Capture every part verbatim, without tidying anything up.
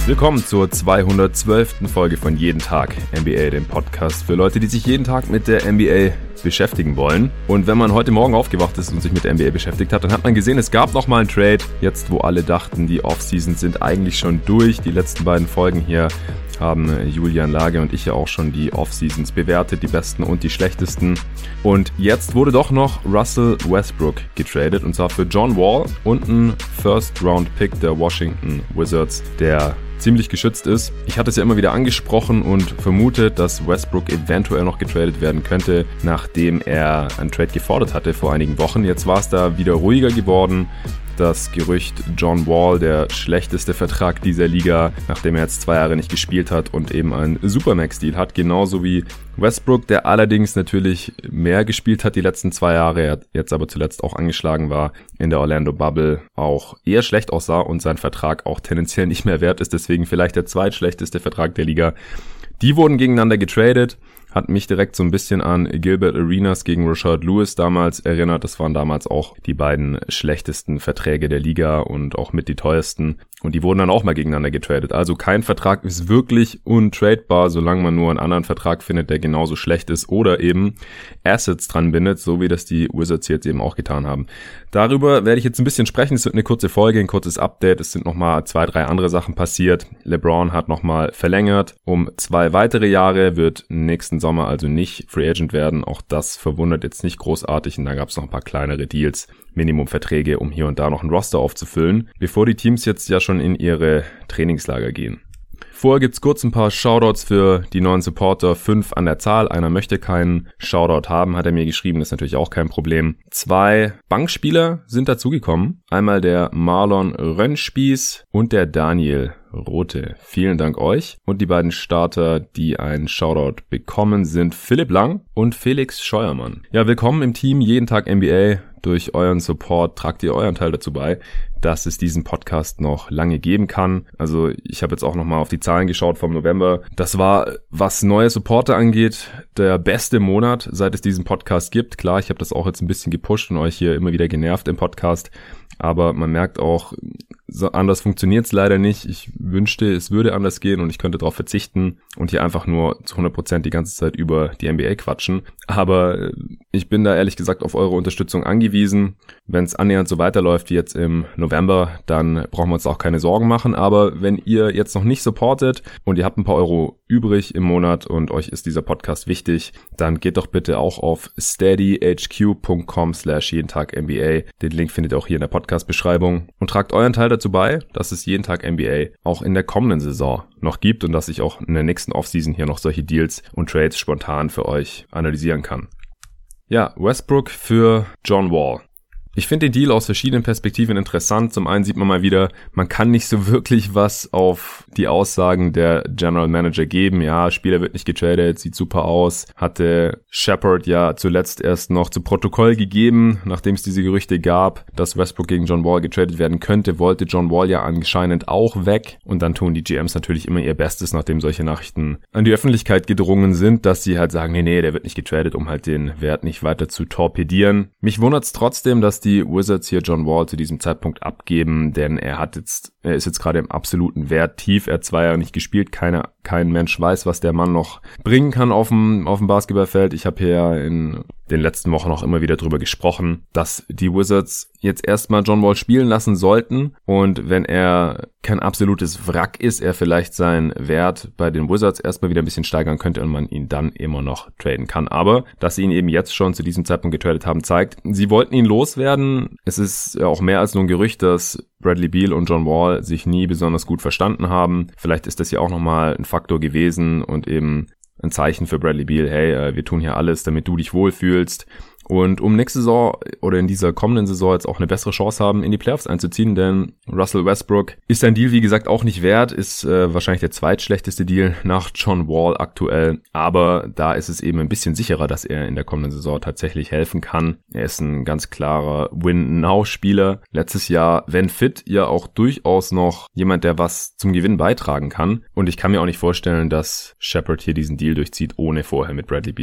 Willkommen zur zweihundertzwölften Folge von Jeden Tag N B A, dem Podcast für Leute, die sich jeden Tag mit der N B A beschäftigen wollen. Und wenn man heute Morgen aufgewacht ist und sich mit der N B A beschäftigt hat, dann hat man gesehen, es gab nochmal einen Trade. Jetzt, wo alle dachten, die Offseason sind eigentlich schon durch. Die letzten beiden Folgen hier haben Julian Lage und ich ja auch schon die Offseasons bewertet, die besten und die schlechtesten. Und jetzt wurde doch noch Russell Westbrook getradet, und zwar für John Wall und einen First-Round-Pick der Washington Wizards, der ziemlich geschützt ist. Ich hatte es ja immer wieder angesprochen und vermutet, dass Westbrook eventuell noch getradet werden könnte, nachdem er einen Trade gefordert hatte vor einigen Wochen. Jetzt war es da wieder ruhiger geworden. Das Gerücht John Wall, der schlechteste Vertrag dieser Liga, nachdem er jetzt zwei Jahre nicht gespielt hat und eben einen Supermax-Deal hat, genauso wie Westbrook, der allerdings natürlich mehr gespielt hat die letzten zwei Jahre, er jetzt aber zuletzt auch angeschlagen war, in der Orlando Bubble auch eher schlecht aussah und sein Vertrag auch tendenziell nicht mehr wert ist, deswegen vielleicht der zweitschlechteste Vertrag der Liga. Die wurden gegeneinander getradet. Hat mich direkt so ein bisschen an Gilbert Arenas gegen Rashard Lewis damals erinnert. Das waren damals auch die beiden schlechtesten Verträge der Liga und auch mit die teuersten. Und die wurden dann auch mal gegeneinander getradet. Also kein Vertrag ist wirklich untradebar, solange man nur einen anderen Vertrag findet, der genauso schlecht ist oder eben Assets dran bindet, so wie das die Wizards jetzt eben auch getan haben. Darüber werde ich jetzt ein bisschen sprechen. Es wird eine kurze Folge, ein kurzes Update. Es sind nochmal zwei, drei andere Sachen passiert. LeBron hat nochmal verlängert um zwei weitere Jahre, wird nächsten Sommer also nicht Free Agent werden. Auch das verwundert jetzt nicht großartig. Und da gab es noch ein paar kleinere Deals, Minimumverträge, um hier und da noch ein Roster aufzufüllen, bevor die Teams jetzt ja schon in ihre Trainingslager gehen. Vorher gibt's kurz ein paar Shoutouts für die neuen Supporter, fünf an der Zahl. Einer möchte keinen Shoutout haben, hat er mir geschrieben, das ist natürlich auch kein Problem. Zwei Bankspieler sind dazugekommen. Einmal der Marlon Rönnspieß und der Daniel Rote. Vielen Dank euch. Und die beiden Starter, die einen Shoutout bekommen, sind Philipp Lang und Felix Scheuermann. Ja, willkommen im Team Jeden Tag N B A. Durch euren Support tragt ihr euren Teil dazu bei, dass es diesen Podcast noch lange geben kann. Also ich habe jetzt auch nochmal auf die Zahlen geschaut vom November. Das war, was neue Supporter angeht, der beste Monat, seit es diesen Podcast gibt. Klar, ich habe das auch jetzt ein bisschen gepusht und euch hier immer wieder genervt im Podcast. Aber man merkt auch, so anders funktioniert es leider nicht. Ich wünschte, es würde anders gehen und ich könnte darauf verzichten und hier einfach nur zu hundert Prozent die ganze Zeit über die N B A quatschen. Aber ich bin da ehrlich gesagt auf eure Unterstützung angewiesen. Wenn es annähernd so weiterläuft wie jetzt im November, dann brauchen wir uns auch keine Sorgen machen. Aber wenn ihr jetzt noch nicht supportet und ihr habt ein paar Euro übrig im Monat und euch ist dieser Podcast wichtig, dann geht doch bitte auch auf steadyhq.com slash jeden Tag NBA. Den Link findet ihr auch hier in der Podcast-Beschreibung und tragt euren Teil dazu bei, dass es jeden Tag N B A auch in der kommenden Saison noch gibt und dass ich auch in der nächsten Offseason hier noch solche Deals und Trades spontan für euch analysieren kann. Ja, Westbrook für John Wall. Ich finde den Deal aus verschiedenen Perspektiven interessant. Zum einen sieht man mal wieder, man kann nicht so wirklich was auf die Aussagen der General Manager geben. Ja, Spieler wird nicht getradet, sieht super aus. Hatte Shepard ja zuletzt erst noch zu Protokoll gegeben, nachdem es diese Gerüchte gab, dass Westbrook gegen John Wall getradet werden könnte, wollte John Wall ja anscheinend auch weg. Und dann tun die G Ms natürlich immer ihr Bestes, nachdem solche Nachrichten an die Öffentlichkeit gedrungen sind, dass sie halt sagen, nee, nee, der wird nicht getradet, um halt den Wert nicht weiter zu torpedieren. Mich wundert es trotzdem, dass die Wizards hier John Wall zu diesem Zeitpunkt abgeben, denn er hat jetzt, er ist jetzt gerade im absoluten Wert tief. Er hat zwei Jahre nicht gespielt. Keine, kein Mensch weiß, was der Mann noch bringen kann auf dem, auf dem Basketballfeld. Ich habe hier in den letzten Wochen auch immer wieder drüber gesprochen, dass die Wizards jetzt erstmal John Wall spielen lassen sollten und wenn er kein absolutes Wrack ist, er vielleicht seinen Wert bei den Wizards erstmal wieder ein bisschen steigern könnte und man ihn dann immer noch traden kann. Aber, dass sie ihn eben jetzt schon zu diesem Zeitpunkt getradet haben, zeigt, sie wollten ihn loswerden. Es ist ja auch mehr als nur ein Gerücht, dass Bradley Beal und John Wall sich nie besonders gut verstanden haben. Vielleicht ist das ja auch nochmal ein Faktor gewesen und eben ein Zeichen für Bradley Beal, hey, wir tun hier alles, damit du dich wohlfühlst. Und um nächste Saison oder in dieser kommenden Saison jetzt auch eine bessere Chance haben, in die Playoffs einzuziehen, denn Russell Westbrook ist sein Deal, wie gesagt, auch nicht wert, ist äh, wahrscheinlich der zweitschlechteste Deal nach John Wall aktuell, aber da ist es eben ein bisschen sicherer, dass er in der kommenden Saison tatsächlich helfen kann. Er ist ein ganz klarer Win-Now-Spieler. Letztes Jahr, wenn fit, ja auch durchaus noch jemand, der was zum Gewinn beitragen kann und ich kann mir auch nicht vorstellen, dass Shepard hier diesen Deal durchzieht, ohne vorher mit Bradley Beal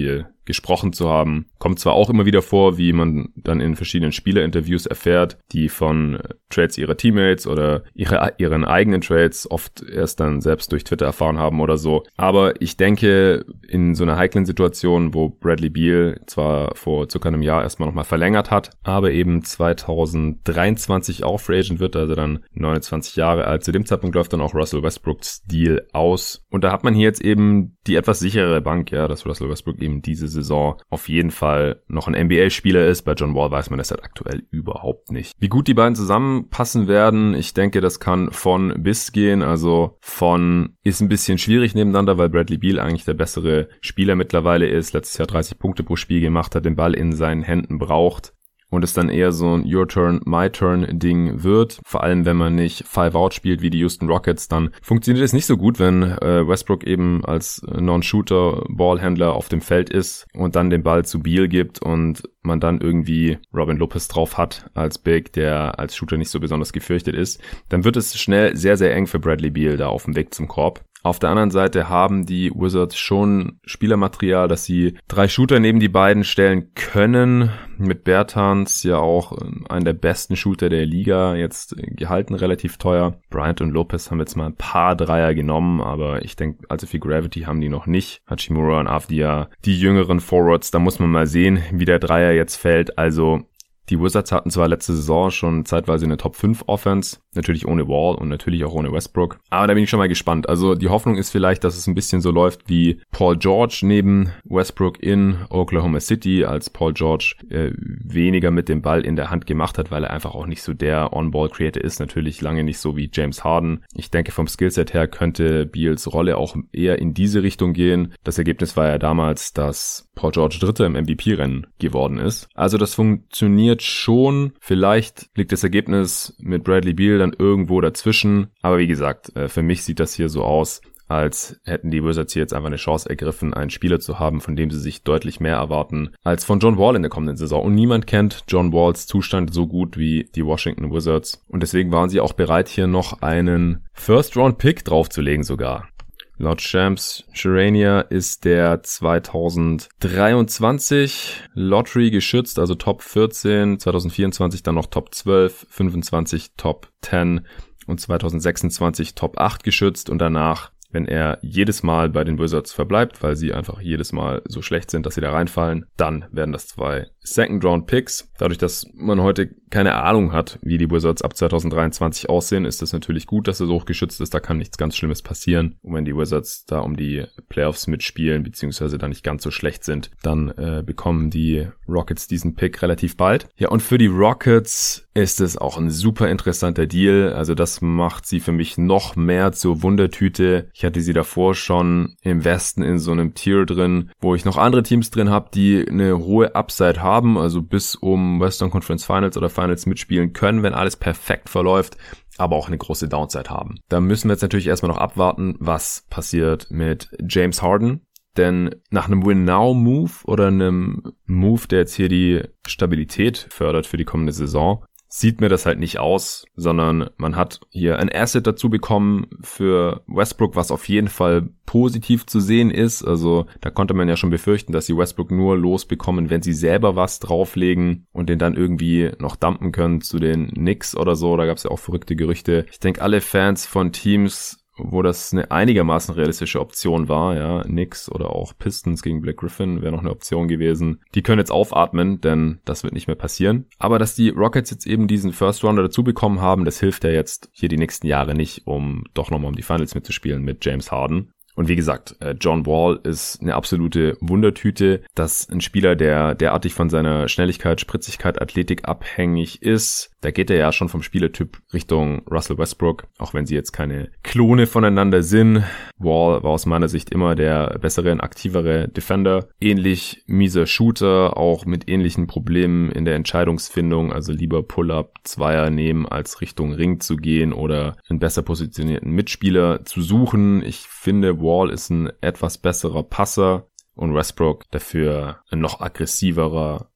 gesprochen zu haben. Kommt zwar auch immer wieder vor, wie man dann in verschiedenen Spielerinterviews erfährt, die von Trades ihrer Teammates oder ihre, ihren eigenen Trades oft erst dann selbst durch Twitter erfahren haben oder so. Aber ich denke, in so einer heiklen Situation, wo Bradley Beal zwar vor circa einem Jahr erstmal nochmal verlängert hat, aber eben zwanzig dreiundzwanzig auch Free Agent wird, also dann neunundzwanzig Jahre alt. Zu dem Zeitpunkt läuft dann auch Russell Westbrooks Deal aus. Und da hat man hier jetzt eben die etwas sicherere Bank, ja, dass Russell Westbrook eben diese Saison auf jeden Fall noch ein N B A-Spieler ist. Bei John Wall weiß man das halt aktuell überhaupt nicht. Wie gut die beiden zusammenpassen werden, ich denke, das kann von bis gehen. Also von ist ein bisschen schwierig nebeneinander, weil Bradley Beal eigentlich der bessere Spieler mittlerweile ist. Letztes Jahr dreißig Punkte pro Spiel gemacht hat, den Ball in seinen Händen braucht. Und es dann eher so ein Your Turn, My Turn Ding wird. Vor allem, wenn man nicht Five Out spielt wie die Houston Rockets, dann funktioniert es nicht so gut, wenn äh, Westbrook eben als Non-Shooter Ballhändler auf dem Feld ist und dann den Ball zu Beal gibt und man dann irgendwie Robin Lopez drauf hat als Big, der als Shooter nicht so besonders gefürchtet ist. Dann wird es schnell sehr, sehr eng für Bradley Beal da auf dem Weg zum Korb. Auf der anderen Seite haben die Wizards schon Spielermaterial, dass sie drei Shooter neben die beiden stellen können. Mit Bertans ja auch einen der besten Shooter der Liga, jetzt gehalten relativ teuer. Bryant und Lopez haben jetzt mal ein paar Dreier genommen, aber ich denke, allzu viel Gravity haben die noch nicht. Hachimura und Avdija, die jüngeren Forwards, da muss man mal sehen, wie der Dreier jetzt fällt. Also die Wizards hatten zwar letzte Saison schon zeitweise eine Top fünf Offense, natürlich ohne Wall und natürlich auch ohne Westbrook, aber da bin ich schon mal gespannt. Also die Hoffnung ist vielleicht, dass es ein bisschen so läuft wie Paul George neben Westbrook in Oklahoma City, als Paul George äh, weniger mit dem Ball in der Hand gemacht hat, weil er einfach auch nicht so der On-Ball-Creator ist, natürlich lange nicht so wie James Harden. Ich denke, vom Skillset her könnte Beals Rolle auch eher in diese Richtung gehen. Das Ergebnis war ja damals, dass Paul George Dritter im M V P-Rennen geworden ist. Also das funktioniert schon. Vielleicht liegt das Ergebnis mit Bradley Beal dann irgendwo dazwischen. Aber wie gesagt, für mich sieht das hier so aus, als hätten die Wizards hier jetzt einfach eine Chance ergriffen, einen Spieler zu haben, von dem sie sich deutlich mehr erwarten als von John Wall in der kommenden Saison. Und niemand kennt John Walls Zustand so gut wie die Washington Wizards. Und deswegen waren sie auch bereit, hier noch einen First-Round-Pick draufzulegen sogar. Laut Shams Charania ist der zwanzig dreiundzwanzig Lottery geschützt, also Top vierzehn, zwanzig vierundzwanzig dann noch Top zwölf, fünfundzwanzig Top zehn und zwanzig sechsundzwanzig Top acht geschützt und danach, wenn er jedes Mal bei den Wizards verbleibt, weil sie einfach jedes Mal so schlecht sind, dass sie da reinfallen, dann werden das zwei Second-Round-Picks. Dadurch, dass man heute keine Ahnung hat, wie die Wizards ab zwanzig dreiundzwanzig aussehen, ist es natürlich gut, dass er so hoch geschützt ist. Da kann nichts ganz Schlimmes passieren. Und wenn die Wizards da um die Playoffs mitspielen, beziehungsweise da nicht ganz so schlecht sind, dann äh, bekommen die Rockets diesen Pick relativ bald. Ja, und für die Rockets ist es auch ein super interessanter Deal. Also das macht sie für mich noch mehr zur Wundertüte. Ich hatte sie davor schon im Westen in so einem Tier drin, wo ich noch andere Teams drin habe, die eine hohe Upside haben, also bis um Western Conference Finals oder Finals mitspielen können, wenn alles perfekt verläuft, aber auch eine große Downside haben. Da müssen wir jetzt natürlich erstmal noch abwarten, was passiert mit James Harden. Denn nach einem Win-Now-Move oder einem Move, der jetzt hier die Stabilität fördert für die kommende Saison, sieht mir das halt nicht aus, sondern man hat hier ein Asset dazu bekommen für Westbrook, was auf jeden Fall positiv zu sehen ist. Also da konnte man ja schon befürchten, dass sie Westbrook nur losbekommen, wenn sie selber was drauflegen und den dann irgendwie noch dumpen können zu den Knicks oder so. Da gab es ja auch verrückte Gerüchte. Ich denke, alle Fans von Teams, wo das eine einigermaßen realistische Option war, ja, Knicks oder auch Pistons gegen Black Griffin wäre noch eine Option gewesen. Die können jetzt aufatmen, denn das wird nicht mehr passieren. Aber dass die Rockets jetzt eben diesen First Rounder dazu bekommen haben, das hilft ja jetzt hier die nächsten Jahre nicht, um doch nochmal um die Finals mitzuspielen mit James Harden. Und wie gesagt, John Wall ist eine absolute Wundertüte, dass ein Spieler, der derartig von seiner Schnelligkeit, Spritzigkeit, Athletik abhängig ist, da geht er ja schon vom Spielertyp Richtung Russell Westbrook, auch wenn sie jetzt keine Klone voneinander sind. Wall war aus meiner Sicht immer der bessere und aktivere Defender. Ähnlich mieser Shooter, auch mit ähnlichen Problemen in der Entscheidungsfindung, also lieber Pull-Up, Zweier nehmen, als Richtung Ring zu gehen oder einen besser positionierten Mitspieler zu suchen. Ich finde, Wall ist ein etwas besserer Passer und Westbrook dafür ein noch aggressiverer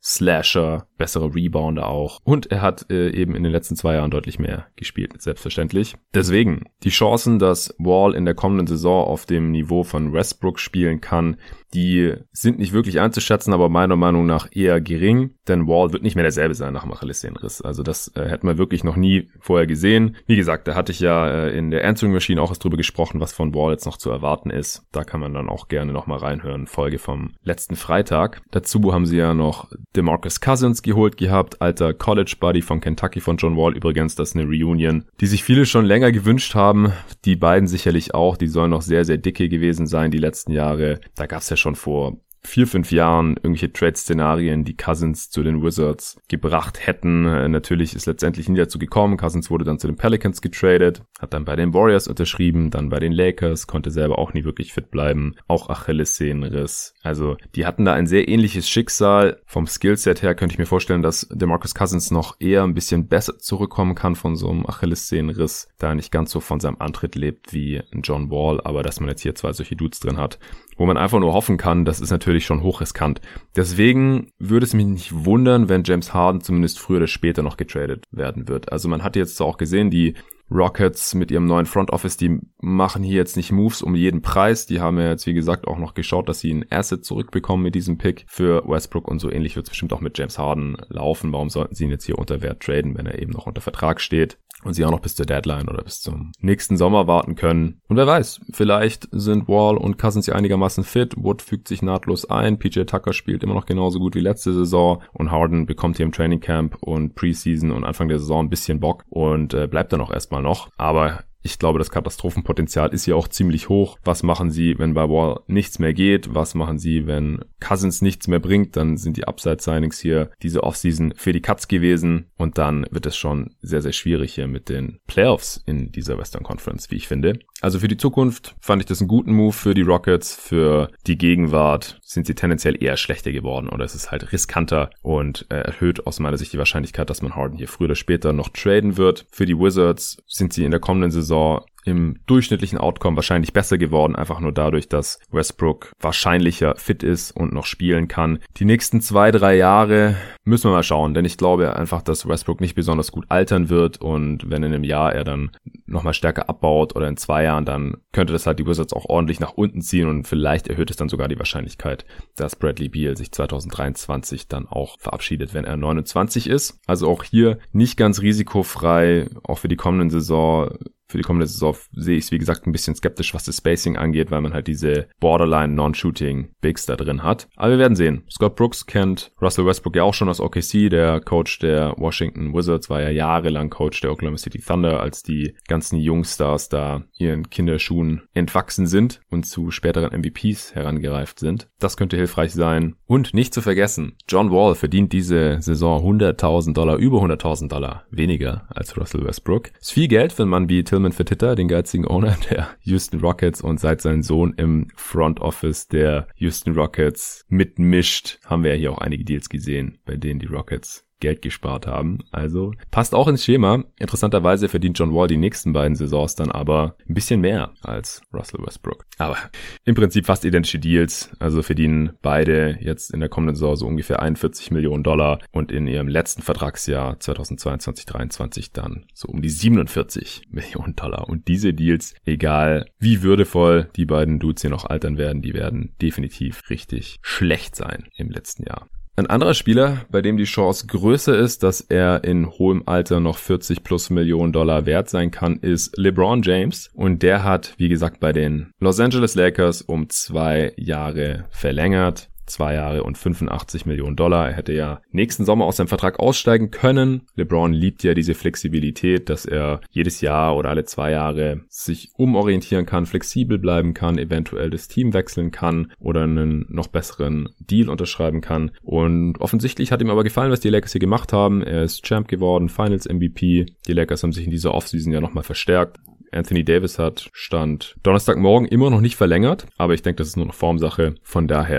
Slasher, bessere Rebounder auch. Und er hat äh, eben in den letzten zwei Jahren deutlich mehr gespielt, selbstverständlich. Deswegen, die Chancen, dass Wall in der kommenden Saison auf dem Niveau von Westbrook spielen kann, die sind nicht wirklich einzuschätzen, aber meiner Meinung nach eher gering, denn Wall wird nicht mehr derselbe sein nach dem Achillessehnenriss. Also das äh, hätten wir wirklich noch nie vorher gesehen. Wie gesagt, da hatte ich ja äh, in der Answering Machine auch was drüber gesprochen, was von Wall jetzt noch zu erwarten ist. Da kann man dann auch gerne nochmal reinhören. Folge vom letzten Freitag. Dazu haben sie ja noch DeMarcus Cousins geholt gehabt, alter College Buddy von Kentucky von John Wall übrigens. Das ist eine Reunion, die sich viele schon länger gewünscht haben. Die beiden sicherlich auch. Die sollen noch sehr, sehr dicke gewesen sein die letzten Jahre. Da gab es ja schon vor vier, fünf Jahren irgendwelche Trade-Szenarien, die Cousins zu den Wizards gebracht hätten. Natürlich ist letztendlich nie dazu gekommen. Cousins wurde dann zu den Pelicans getradet, hat dann bei den Warriors unterschrieben, dann bei den Lakers, konnte selber auch nie wirklich fit bleiben. Auch Achillessehnenriss. Also die hatten da ein sehr ähnliches Schicksal. Vom Skillset her könnte ich mir vorstellen, dass DeMarcus Cousins noch eher ein bisschen besser zurückkommen kann von so einem Achillessehnenriss, da er nicht ganz so von seinem Antritt lebt wie John Wall, aber dass man jetzt hier zwei solche Dudes drin hat, wo man einfach nur hoffen kann, das ist natürlich schon hochriskant. Deswegen würde es mich nicht wundern, wenn James Harden zumindest früher oder später noch getradet werden wird. Also man hat jetzt auch gesehen, die Rockets mit ihrem neuen Front Office, die machen hier jetzt nicht Moves um jeden Preis. Die haben ja jetzt, wie gesagt, auch noch geschaut, dass sie ein Asset zurückbekommen mit diesem Pick für Westbrook, und so ähnlich wird es bestimmt auch mit James Harden laufen. Warum sollten sie ihn jetzt hier unter Wert traden, wenn er eben noch unter Vertrag steht und sie auch noch bis zur Deadline oder bis zum nächsten Sommer warten können? Und wer weiß, vielleicht sind Wall und Cousins ja einigermaßen fit. Wood fügt sich nahtlos ein. P J Tucker spielt immer noch genauso gut wie letzte Saison und Harden bekommt hier im Training Camp und Preseason und Anfang der Saison ein bisschen Bock und äh, bleibt dann auch erstmal noch. Aber ich glaube, das Katastrophenpotenzial ist hier auch ziemlich hoch. Was machen sie, wenn bei Wall nichts mehr geht? Was machen sie, wenn Cousins nichts mehr bringt? Dann sind die Upside-Signings hier diese Offseason für die Katz gewesen. Und dann wird es schon sehr, sehr schwierig hier mit den Playoffs in dieser Western Conference, wie ich finde. Also für die Zukunft fand ich das einen guten Move für die Rockets. Für die Gegenwart sind sie tendenziell eher schlechter geworden. Oder es ist halt riskanter und äh, erhöht aus meiner Sicht die Wahrscheinlichkeit, dass man Harden hier früher oder später noch traden wird. Für die Wizards sind sie in der kommenden Saison im durchschnittlichen Outcome wahrscheinlich besser geworden, einfach nur dadurch, dass Westbrook wahrscheinlicher fit ist und noch spielen kann. Die nächsten zwei, drei Jahre müssen wir mal schauen, denn ich glaube einfach, dass Westbrook nicht besonders gut altern wird, und wenn in einem Jahr er dann nochmal stärker abbaut oder in zwei Jahren, dann könnte das halt die Wizards auch ordentlich nach unten ziehen, und vielleicht erhöht es dann sogar die Wahrscheinlichkeit, dass Bradley Beal sich zwanzig dreiundzwanzig dann auch verabschiedet, wenn er neunundzwanzig ist. Also auch hier nicht ganz risikofrei, auch für die kommenden Saison. Für die kommende Saison sehe ich es, wie gesagt, ein bisschen skeptisch, was das Spacing angeht, weil man halt diese Borderline Non-Shooting Bigs da drin hat. Aber wir werden sehen. Scott Brooks kennt Russell Westbrook ja auch schon aus O K C. Der Coach der Washington Wizards war ja jahrelang Coach der Oklahoma City Thunder, als die ganzen Jungstars da ihren Kinderschuhen entwachsen sind und zu späteren M V Ps herangereift sind. Das könnte hilfreich sein. Und nicht zu vergessen, John Wall verdient diese Saison hunderttausend Dollar, über hunderttausend Dollar weniger als Russell Westbrook. Ist viel Geld für einen Mann wie Tillman Fertitta, den geizigen Owner der Houston Rockets, und seit sein Sohn im Front Office der Houston Rockets mitmischt, haben wir ja hier auch einige Deals gesehen, bei denen die Rockets Geld gespart haben. Also passt auch ins Schema. Interessanterweise verdient John Wall die nächsten beiden Saisons dann aber ein bisschen mehr als Russell Westbrook. Aber im Prinzip fast identische Deals. Also verdienen beide jetzt in der kommenden Saison so ungefähr einundvierzig Millionen Dollar und in ihrem letzten Vertragsjahr zweitausendzweiundzwanzig dreiundzwanzig dann so um die siebenundvierzig Millionen Dollar. Und diese Deals, egal wie würdevoll die beiden Dudes hier noch altern werden, die werden definitiv richtig schlecht sein im letzten Jahr. Ein anderer Spieler, bei dem die Chance größer ist, dass er in hohem Alter noch vierzig plus Millionen Dollar wert sein kann, ist LeBron James. Und der hat, wie gesagt, bei den Los Angeles Lakers um zwei Jahre verlängert. Zwei Jahre und fünfundachtzig Millionen Dollar. Er hätte ja nächsten Sommer aus seinem Vertrag aussteigen können. LeBron liebt ja diese Flexibilität, dass er jedes Jahr oder alle zwei Jahre sich umorientieren kann, flexibel bleiben kann, eventuell das Team wechseln kann oder einen noch besseren Deal unterschreiben kann. Und offensichtlich hat ihm aber gefallen, was die Lakers hier gemacht haben. Er ist Champ geworden, Finals M V P. Die Lakers haben sich in dieser Offseason ja nochmal verstärkt. Anthony Davis hat Stand Donnerstagmorgen immer noch nicht verlängert, aber ich denke, das ist nur noch Formsache. Von daher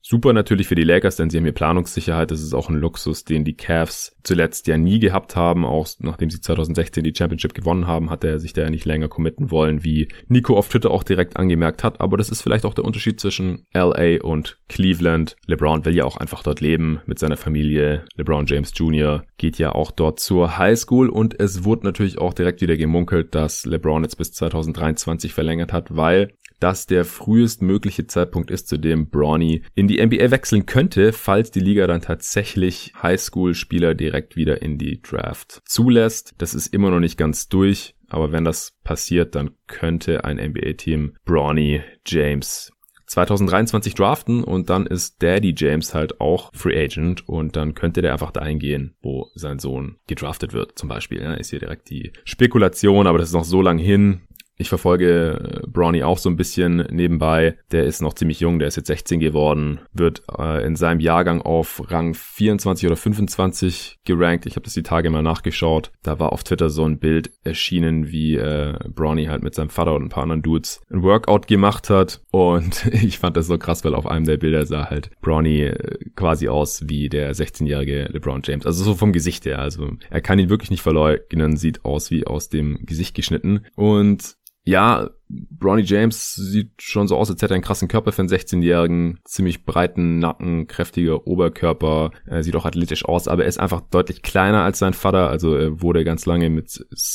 Super natürlich für die Lakers, denn sie haben hier Planungssicherheit. Das ist auch ein Luxus, den die Cavs zuletzt ja nie gehabt haben. Auch nachdem sie zwanzig sechzehn die Championship gewonnen haben, hat er sich da ja nicht länger committen wollen, wie Nico auf Twitter auch direkt angemerkt hat. Aber das ist vielleicht auch der Unterschied zwischen L A und Cleveland. LeBron will ja auch einfach dort leben mit seiner Familie. LeBron James Junior geht ja auch dort zur Highschool und es wurde natürlich auch direkt wieder gemunkelt, dass LeBron jetzt bis zwanzig dreiundzwanzig verlängert hat, weil das der frühestmögliche Zeitpunkt ist, zu dem Bronny in die N B A wechseln könnte, falls die Liga dann tatsächlich Highschool-Spieler direkt wieder in die Draft zulässt. Das ist immer noch nicht ganz durch, aber wenn das passiert, dann könnte ein N B A-Team Bronny James zwanzig dreiundzwanzig draften und dann ist Daddy James halt auch Free Agent und dann könnte der einfach dahin gehen, wo sein Sohn gedraftet wird zum Beispiel. Ja, ist hier direkt die Spekulation, aber das ist noch so lang hin. Ich verfolge Bronny auch so ein bisschen nebenbei. Der ist noch ziemlich jung, der ist jetzt sechzehn geworden, wird äh, in seinem Jahrgang auf Rang vierundzwanzig oder fünfundzwanzig gerankt. Ich habe das die Tage mal nachgeschaut. Da war auf Twitter so ein Bild erschienen, wie äh, Bronny halt mit seinem Vater und ein paar anderen Dudes ein Workout gemacht hat. Und ich fand das so krass, weil auf einem der Bilder sah halt Bronny äh, quasi aus wie der sechzehnjährige LeBron James. Also so vom Gesicht her. Also er kann ihn wirklich nicht verleugnen, sieht aus wie aus dem Gesicht geschnitten. Und ja, Bronny James sieht schon so aus, als hätte er einen krassen Körper für einen sechzehnjährigen, ziemlich breiten Nacken, kräftiger Oberkörper, er sieht auch athletisch aus, aber er ist einfach deutlich kleiner als sein Vater, also er wurde ganz lange mit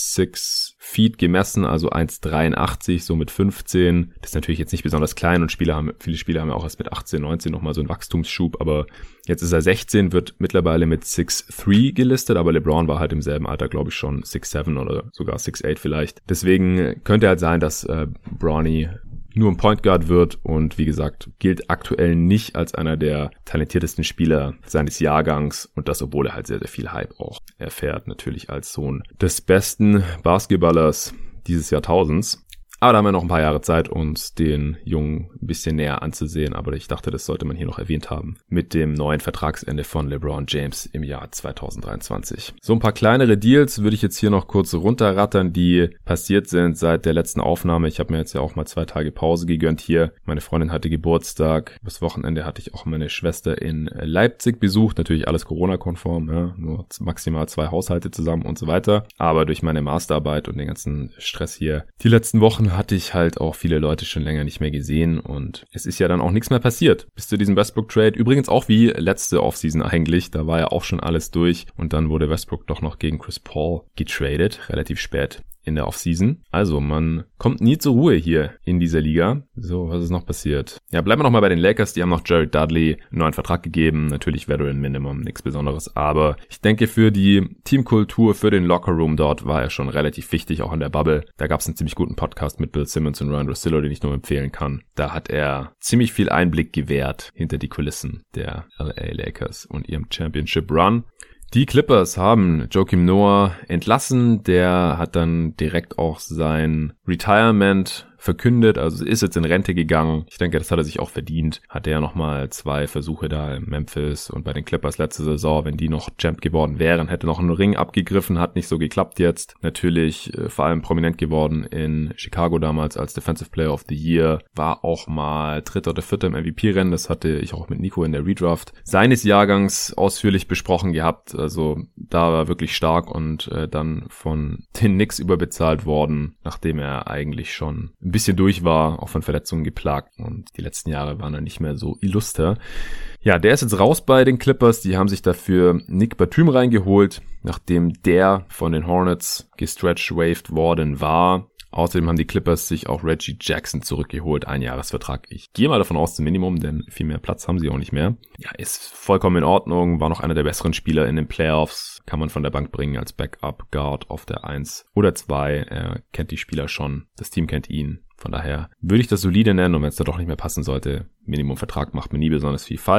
six Feet gemessen, also eins Komma dreiundachtzig, so mit fünfzehn. Das ist natürlich jetzt nicht besonders klein und Spieler haben, viele Spieler haben ja auch erst mit achtzehn, neunzehn nochmal so einen Wachstumsschub, aber jetzt ist er sechzehn, wird mittlerweile mit six three gelistet, aber LeBron war halt im selben Alter, glaube ich, schon six seven oder sogar six eight vielleicht. Deswegen könnte halt sein, dass äh, Bronny nur ein Point Guard wird und wie gesagt, gilt aktuell nicht als einer der talentiertesten Spieler seines Jahrgangs und das, obwohl er halt sehr, sehr viel Hype auch erfährt, natürlich als Sohn des besten Basketballers dieses Jahrtausends. Aber da haben wir noch ein paar Jahre Zeit, uns den Jungen ein bisschen näher anzusehen. Aber ich dachte, das sollte man hier noch erwähnt haben. Mit dem neuen Vertragsende von LeBron James im Jahr zwanzig dreiundzwanzig. So ein paar kleinere Deals würde ich jetzt hier noch kurz runterrattern, die passiert sind seit der letzten Aufnahme. Ich habe mir jetzt ja auch mal zwei Tage Pause gegönnt hier. Meine Freundin hatte Geburtstag. Bis Wochenende hatte ich auch meine Schwester in Leipzig besucht. Natürlich alles Corona-konform, ja? Nur maximal zwei Haushalte zusammen und so weiter. Aber durch meine Masterarbeit und den ganzen Stress hier die letzten Wochen hatte ich halt auch viele Leute schon länger nicht mehr gesehen und es ist ja dann auch nichts mehr passiert bis zu diesem Westbrook-Trade. Übrigens auch wie letzte Offseason eigentlich, da war ja auch schon alles durch und dann wurde Westbrook doch noch gegen Chris Paul getradet, relativ spät in der Offseason. Also man kommt nie zur Ruhe hier in dieser Liga. So, was ist noch passiert? Ja, bleiben wir noch mal bei den Lakers. Die haben noch Jared Dudley einen neuen Vertrag gegeben. Natürlich Veteran Minimum, nichts Besonderes. Aber ich denke, für die Teamkultur, für den Lockerroom dort war er schon relativ wichtig, auch in der Bubble. Da gab es einen ziemlich guten Podcast mit Bill Simmons und Ryan Russillo, den ich nur empfehlen kann. Da hat er ziemlich viel Einblick gewährt hinter die Kulissen der L A Lakers und ihrem Championship Run. Die Clippers haben Joakim Noah entlassen, der hat dann direkt auch sein Retirement verkündet, also ist jetzt in Rente gegangen. Ich denke, das hat er sich auch verdient. Hatte ja nochmal zwei Versuche da in Memphis und bei den Clippers letzte Saison, wenn die noch Champ geworden wären, hätte noch einen Ring abgegriffen, hat nicht so geklappt jetzt. Natürlich äh, vor allem prominent geworden in Chicago damals als Defensive Player of the Year, war auch mal dritter oder vierter im M V P-Rennen, das hatte ich auch mit Nico in der Redraft seines Jahrgangs ausführlich besprochen gehabt, also da war er wirklich stark und äh, dann von den Knicks überbezahlt worden, nachdem er eigentlich schon ein bisschen durch war, auch von Verletzungen geplagt und die letzten Jahre waren dann nicht mehr so illuster. Ja, der ist jetzt raus bei den Clippers, die haben sich dafür Nick Batum reingeholt, nachdem der von den Hornets gestretch-waved worden war. Außerdem haben die Clippers sich auch Reggie Jackson zurückgeholt, ein Jahresvertrag. Ich gehe mal davon aus zum Minimum, denn viel mehr Platz haben sie auch nicht mehr. Ja, ist vollkommen in Ordnung, war noch einer der besseren Spieler in den Playoffs, kann man von der Bank bringen als Backup-Guard auf der eins oder zwei. Er kennt die Spieler schon, das Team kennt ihn. Von daher würde ich das solide nennen und wenn es da doch nicht mehr passen sollte, Minimumvertrag macht mir nie besonders viel falsch.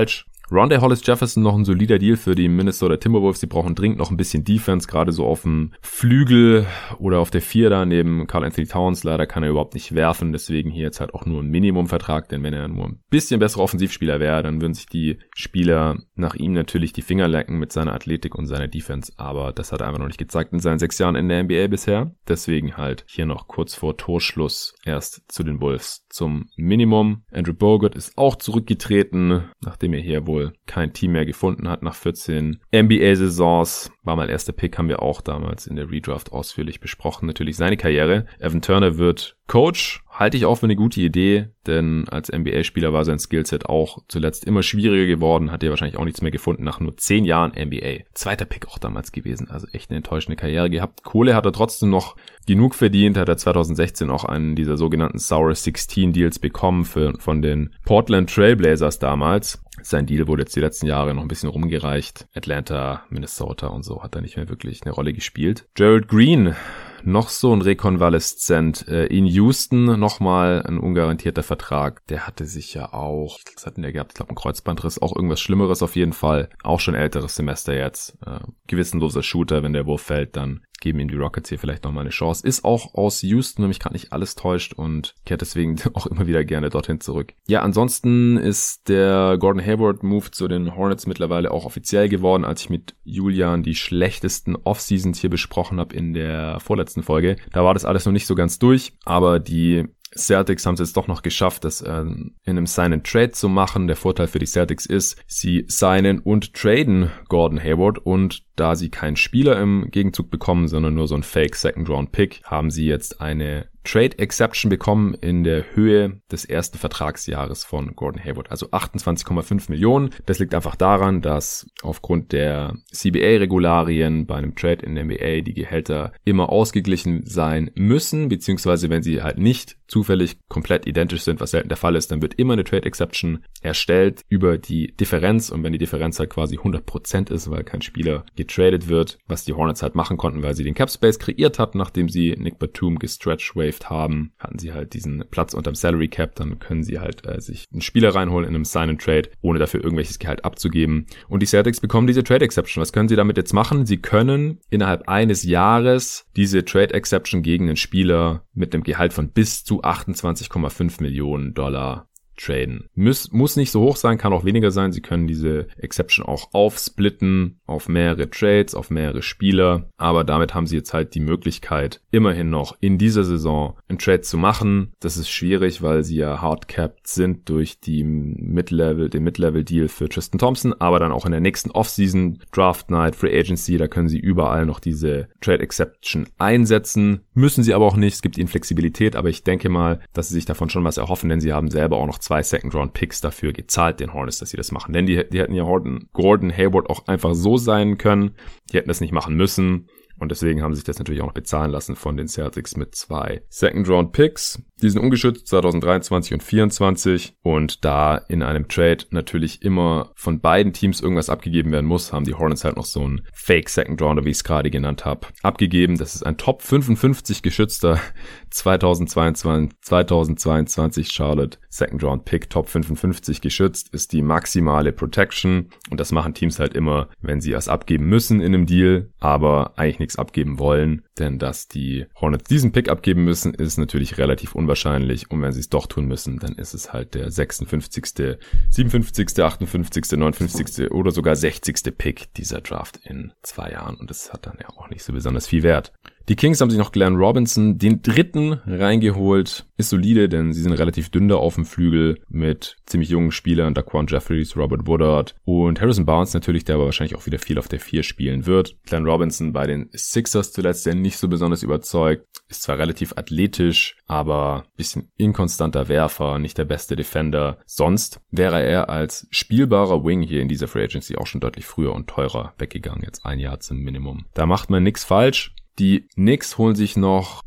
Rondé Hollis-Jefferson noch ein solider Deal für die Minnesota Timberwolves. Die brauchen dringend noch ein bisschen Defense, gerade so auf dem Flügel oder auf der vier da neben Karl Anthony Towns. Leider kann er überhaupt nicht werfen, deswegen hier jetzt halt auch nur ein Minimumvertrag, denn wenn er nur ein bisschen besserer Offensivspieler wäre, dann würden sich die Spieler nach ihm natürlich die Finger lecken mit seiner Athletik und seiner Defense, aber das hat er einfach noch nicht gezeigt in seinen sechs Jahren in der N B A bisher. Deswegen halt hier noch kurz vor Torschluss erst zu den Wolves zum Minimum. Andrew Bogut ist auch zurückgetreten, nachdem er hier wohl kein Team mehr gefunden hat nach vierzehn N B A-Saisons. War mal erster Pick, haben wir auch damals in der Redraft ausführlich besprochen. Natürlich seine Karriere. Evan Turner wird Coach. Halte ich auch für eine gute Idee, denn als N B A-Spieler war sein Skillset auch zuletzt immer schwieriger geworden. Hat er wahrscheinlich auch nichts mehr gefunden nach nur zehn Jahren N B A. Zweiter Pick auch damals gewesen, also echt eine enttäuschende Karriere gehabt. Kohle hat er trotzdem noch genug verdient, hat er zwanzig sechzehn auch einen dieser sogenannten Sour sechzehn Deals bekommen für, von den Portland Trailblazers damals. Sein Deal wurde jetzt die letzten Jahre noch ein bisschen rumgereicht. Atlanta, Minnesota und so hat er nicht mehr wirklich eine Rolle gespielt. Gerald Green, noch so ein Rekonvaleszent. In Houston nochmal ein ungarantierter Vertrag. Der hatte sich ja auch, was hatten der gehabt? Ich glaube, ein Kreuzbandriss, auch irgendwas Schlimmeres auf jeden Fall. Auch schon älteres Semester jetzt. Äh, gewissenloser Shooter, wenn der Wurf fällt, dann geben ihm die Rockets hier vielleicht nochmal eine Chance. Ist auch aus Houston, wenn mich gerade nicht alles täuscht, und kehrt deswegen auch immer wieder gerne dorthin zurück. Ja, ansonsten ist der Gordon Hayward-Move zu den Hornets mittlerweile auch offiziell geworden, als ich mit Julian die schlechtesten Offseasons hier besprochen habe in der vorletzten Folge. Da war das alles noch nicht so ganz durch, aber die Celtics haben es jetzt doch noch geschafft, das äh, in einem Sign-and-Trade zu machen. Der Vorteil für die Celtics ist, sie signen und traden Gordon Hayward, und da sie keinen Spieler im Gegenzug bekommen, sondern nur so ein Fake Second-Round-Pick, haben sie jetzt eine Trade-Exception bekommen in der Höhe des ersten Vertragsjahres von Gordon Hayward, also achtundzwanzig Komma fünf Millionen. Das liegt einfach daran, dass aufgrund der C B A-Regularien bei einem Trade in der N B A die Gehälter immer ausgeglichen sein müssen, beziehungsweise wenn sie halt nicht zufällig komplett identisch sind, was selten der Fall ist, dann wird immer eine Trade-Exception erstellt über die Differenz, und wenn die Differenz halt quasi hundert Prozent ist, weil kein Spieler getradet wird, was die Hornets halt machen konnten, weil sie den Cap-Space kreiert hatten, nachdem sie Nick Batum gestretch-waved haben, hatten sie halt diesen Platz unterm Salary Cap, dann können sie halt äh, sich einen Spieler reinholen in einem Sign-and-Trade, ohne dafür irgendwelches Gehalt abzugeben. Und die Celtics bekommen diese Trade-Exception. Was können sie damit jetzt machen? Sie können innerhalb eines Jahres diese Trade-Exception gegen einen Spieler mit einem Gehalt von bis zu achtundzwanzig Komma fünf Millionen Dollar traden. Muss, muss nicht so hoch sein, kann auch weniger sein. Sie können diese Exception auch aufsplitten auf mehrere Trades, auf mehrere Spieler. Aber damit haben sie jetzt halt die Möglichkeit, immerhin noch in dieser Saison einen Trade zu machen. Das ist schwierig, weil sie ja hardcapped sind durch die Mid-Level, den Mid-Level-Deal für Tristan Thompson. Aber dann auch in der nächsten Offseason, Draft Night, Free Agency, da können sie überall noch diese Trade Exception einsetzen. Müssen sie aber auch nicht. Es gibt ihnen Flexibilität, aber ich denke mal, dass sie sich davon schon was erhoffen, denn sie haben selber auch noch zwei Second-Round-Picks dafür gezahlt, den Hornets, dass sie das machen. Denn die, die hätten ja Gordon Hayward auch einfach so sein können. Die hätten das nicht machen müssen. Und deswegen haben sie sich das natürlich auch noch bezahlen lassen von den Celtics mit zwei Second-Round-Picks. Die sind ungeschützt zwanzig dreiundzwanzig und vierundzwanzig. Und da in einem Trade natürlich immer von beiden Teams irgendwas abgegeben werden muss, haben die Hornets halt noch so einen Fake-Second-Rounder, wie ich es gerade genannt habe, abgegeben. Das ist ein Top fünfundfünfzig geschützter zweitausendzweiundzwanzig, zweitausendzweiundzwanzig Charlotte Second-Round-Pick, Top fünfundfünfzig geschützt, ist die maximale Protection. Und das machen Teams halt immer, wenn sie was abgeben müssen in einem Deal, aber eigentlich nichts abgeben wollen, denn dass die Hornets diesen Pick abgeben müssen, ist natürlich relativ unwahrscheinlich, und wenn sie es doch tun müssen, dann ist es halt der sechsundfünfzigste, siebenundfünfzigste, achtundfünfzigste, neunundfünfzigste oder sogar sechzigste Pick dieser Draft in zwei Jahren, und das hat dann ja auch nicht so besonders viel Wert. Die Kings haben sich noch Glenn Robinson, den dritten, reingeholt. Ist solide, denn sie sind relativ dünn da auf dem Flügel mit ziemlich jungen Spielern, Daquan Jeffries, Robert Woodard und Harrison Barnes natürlich, der aber wahrscheinlich auch wieder viel auf der vier spielen wird. Glenn Robinson bei den Sixers zuletzt, der nicht so besonders überzeugt, ist zwar relativ athletisch, aber ein bisschen inkonstanter Werfer, nicht der beste Defender. Sonst wäre er als spielbarer Wing hier in dieser Free Agency auch schon deutlich früher und teurer weggegangen, jetzt ein Jahr zum Minimum. Da macht man nichts falsch. Die Knicks holen sich noch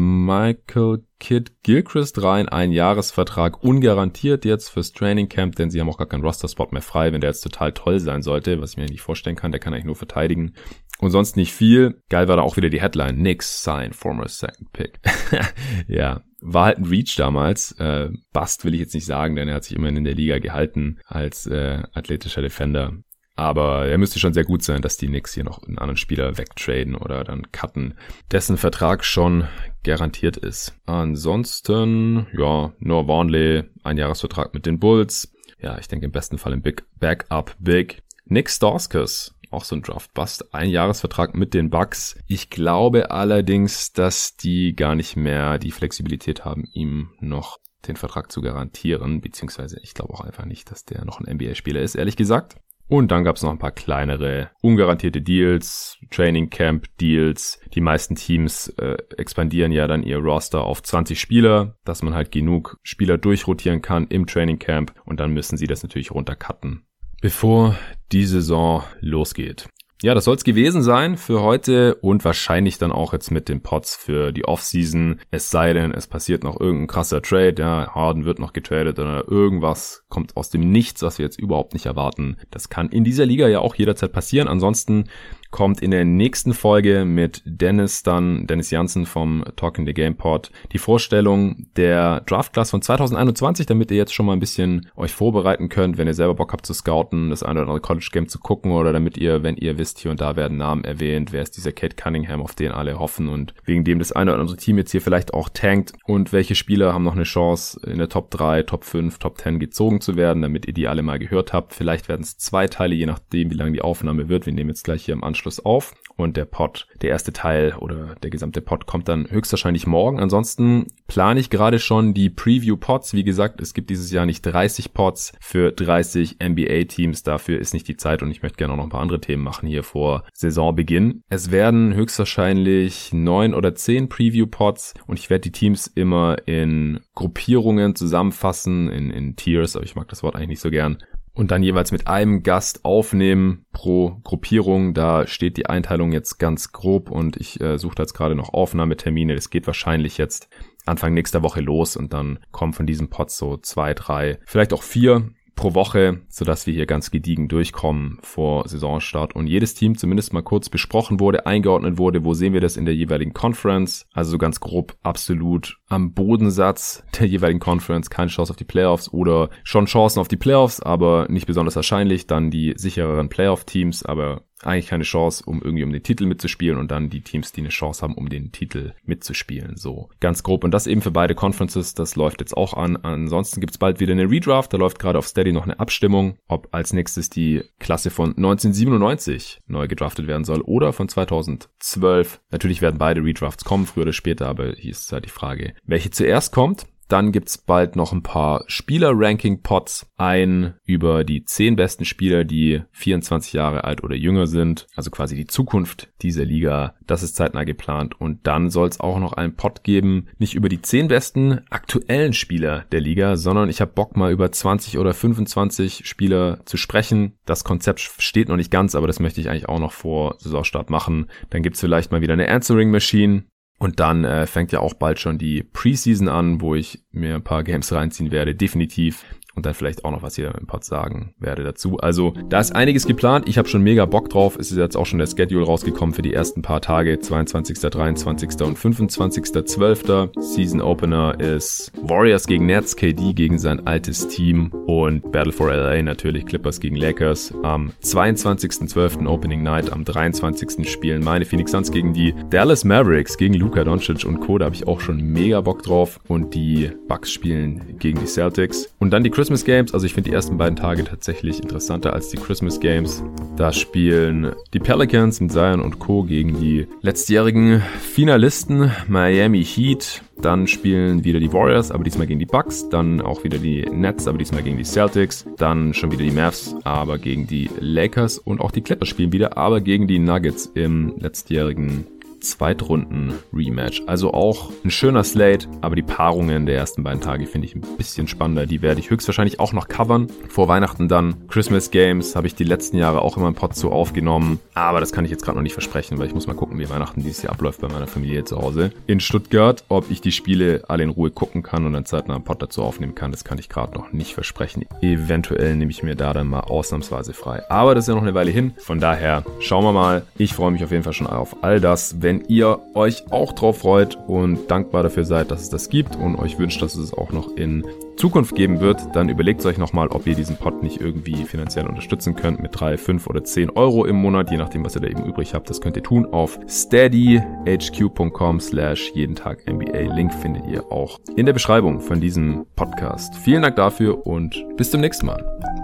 Michael Kidd-Gilchrist rein, ein Jahresvertrag ungarantiert jetzt fürs Training Camp, denn sie haben auch gar keinen Roster-Spot mehr frei, wenn der jetzt total toll sein sollte, was ich mir nicht vorstellen kann, der kann eigentlich nur verteidigen. Und sonst nicht viel. Geil war da auch wieder die Headline, Knicks sign former second pick. Ja, war halt ein Reach damals. Äh, Bust will ich jetzt nicht sagen, denn er hat sich immerhin in der Liga gehalten als äh, athletischer Defender. Aber er müsste schon sehr gut sein, dass die Knicks hier noch einen anderen Spieler wegtraden oder dann cutten, dessen Vertrag schon garantiert ist. Ansonsten, ja, Noah Vonleh, ein Jahresvertrag mit den Bulls. Ja, ich denke im besten Fall im Big Backup Big. Nick Stauskas, auch so ein Draft-Bust, ein Jahresvertrag mit den Bucks. Ich glaube allerdings, dass die gar nicht mehr die Flexibilität haben, ihm noch den Vertrag zu garantieren, beziehungsweise ich glaube auch einfach nicht, dass der noch ein N B A-Spieler ist, ehrlich gesagt. Und dann gab es noch ein paar kleinere, ungarantierte Deals, Training Camp Deals. Die meisten Teams äh, expandieren ja dann ihr Roster auf zwanzig Spieler, dass man halt genug Spieler durchrotieren kann im Training Camp und dann müssen sie das natürlich runtercutten, bevor die Saison losgeht. Ja, das soll es gewesen sein für heute und wahrscheinlich dann auch jetzt mit den Pods für die Offseason. Es sei denn, es passiert noch irgendein krasser Trade, ja, Harden wird noch getradet oder irgendwas kommt aus dem Nichts, was wir jetzt überhaupt nicht erwarten. Das kann in dieser Liga ja auch jederzeit passieren. Ansonsten kommt in der nächsten Folge mit Dennis dann, Dennis Janssen vom Talking the Game Pod, die Vorstellung der Draft Class von zwanzig einundzwanzig, damit ihr jetzt schon mal ein bisschen euch vorbereiten könnt, wenn ihr selber Bock habt zu scouten, das eine oder andere College Game zu gucken oder damit ihr, wenn ihr wisst, hier und da werden Namen erwähnt, wer ist dieser Cade Cunningham, auf den alle hoffen und wegen dem das eine oder andere Team jetzt hier vielleicht auch tankt und welche Spieler haben noch eine Chance in der Top drei, Top fünf, Top zehn gezogen zu werden, damit ihr die alle mal gehört habt. Vielleicht werden es zwei Teile, je nachdem, wie lang die Aufnahme wird. Wir nehmen jetzt gleich hier im Anschluss auf und der Pod, der erste Teil oder der gesamte Pod kommt dann höchstwahrscheinlich morgen. Ansonsten plane ich gerade schon die Preview-Pods. Wie gesagt, es gibt dieses Jahr nicht dreißig Pods für dreißig N B A-Teams. Dafür ist nicht die Zeit und ich möchte gerne auch noch ein paar andere Themen machen hier vor Saisonbeginn. Es werden höchstwahrscheinlich neun oder zehn Preview-Pods und ich werde die Teams immer in Gruppierungen zusammenfassen, in, in Tiers, aber ich mag das Wort eigentlich nicht so gern. Und dann jeweils mit einem Gast aufnehmen pro Gruppierung. Da steht die Einteilung jetzt ganz grob und ich äh, suche jetzt gerade noch Aufnahmetermine. Das geht wahrscheinlich jetzt Anfang nächster Woche los und dann kommen von diesem Pod so zwei, drei, vielleicht auch vier pro Woche, sodass wir hier ganz gediegen durchkommen vor Saisonstart und jedes Team zumindest mal kurz besprochen wurde, eingeordnet wurde, wo sehen wir das in der jeweiligen Conference, also so ganz grob absolut am Bodensatz der jeweiligen Conference, keine Chance auf die Playoffs oder schon Chancen auf die Playoffs, aber nicht besonders wahrscheinlich, dann die sichereren Playoff-Teams, aber eigentlich keine Chance, um irgendwie um den Titel mitzuspielen und dann die Teams, die eine Chance haben, um den Titel mitzuspielen. So, ganz grob. Und das eben für beide Conferences, das läuft jetzt auch an. Ansonsten gibt's bald wieder eine Redraft, da läuft gerade auf Steady noch eine Abstimmung, ob als nächstes die Klasse von neunzehnhundertsiebenundneunzig neu gedraftet werden soll oder von zweitausendzwölf. Natürlich werden beide Redrafts kommen, früher oder später, aber hier ist halt die Frage, welche zuerst kommt. Dann gibt's bald noch ein paar Spieler-Ranking-Pods, ein über die zehn besten Spieler, die vierundzwanzig Jahre alt oder jünger sind, also quasi die Zukunft dieser Liga. Das ist zeitnah geplant und dann soll es auch noch einen Pod geben, nicht über die zehn besten aktuellen Spieler der Liga, sondern ich habe Bock mal über zwanzig oder fünfundzwanzig Spieler zu sprechen. Das Konzept steht noch nicht ganz, aber das möchte ich eigentlich auch noch vor Saisonstart machen. Dann gibt's vielleicht mal wieder eine Answering Machine. Und dann äh, fängt ja auch bald schon die Preseason an, wo ich mir ein paar Games reinziehen werde, definitiv. Und dann vielleicht auch noch was hier im Pod sagen werde dazu. Also da ist einiges geplant. Ich habe schon mega Bock drauf. Es ist jetzt auch schon der Schedule rausgekommen für die ersten paar Tage. zweiundzwanzigster, dreiundzwanzigster und fünfundzwanzigster zwölfter Season Opener ist Warriors gegen Nets, K D gegen sein altes Team und Battle for L A natürlich, Clippers gegen Lakers. Am zweiundzwanzigster zwölfter Opening Night, am dreiundzwanzigsten spielen meine Phoenix Suns gegen die Dallas Mavericks, gegen Luka Doncic und Co. Da habe ich auch schon mega Bock drauf. Und die Bucks spielen gegen die Celtics. Und dann die Christmas Games, also ich finde die ersten beiden Tage tatsächlich interessanter als die Christmas Games. Da spielen die Pelicans mit Zion und Co. gegen die letztjährigen Finalisten Miami Heat. Dann spielen wieder die Warriors, aber diesmal gegen die Bucks. Dann auch wieder die Nets, aber diesmal gegen die Celtics. Dann schon wieder die Mavs, aber gegen die Lakers. Und auch die Clippers spielen wieder, aber gegen die Nuggets im letztjährigen Zweitrunden-Rematch. Also auch ein schöner Slate, aber die Paarungen der ersten beiden Tage finde ich ein bisschen spannender. Die werde ich höchstwahrscheinlich auch noch covern. Vor Weihnachten dann Christmas Games habe ich die letzten Jahre auch immer im Pod so aufgenommen. Aber das kann ich jetzt gerade noch nicht versprechen, weil ich muss mal gucken, wie Weihnachten dieses Jahr abläuft bei meiner Familie zu Hause in Stuttgart. Ob ich die Spiele alle in Ruhe gucken kann und dann zeitnah einen Pod dazu aufnehmen kann, das kann ich gerade noch nicht versprechen. Eventuell nehme ich mir da dann mal ausnahmsweise frei. Aber das ist ja noch eine Weile hin. Von daher schauen wir mal. Ich freue mich auf jeden Fall schon auf all das. Wenn ihr euch auch drauf freut und dankbar dafür seid, dass es das gibt und euch wünscht, dass es auch noch in Zukunft geben wird, dann überlegt euch nochmal, ob ihr diesen Pod nicht irgendwie finanziell unterstützen könnt mit drei, fünf oder zehn Euro im Monat, je nachdem, was ihr da eben übrig habt. Das könnt ihr tun auf steadyhq.com slash jeden Tag N B A. Link findet ihr auch in der Beschreibung von diesem Podcast. Vielen Dank dafür und bis zum nächsten Mal.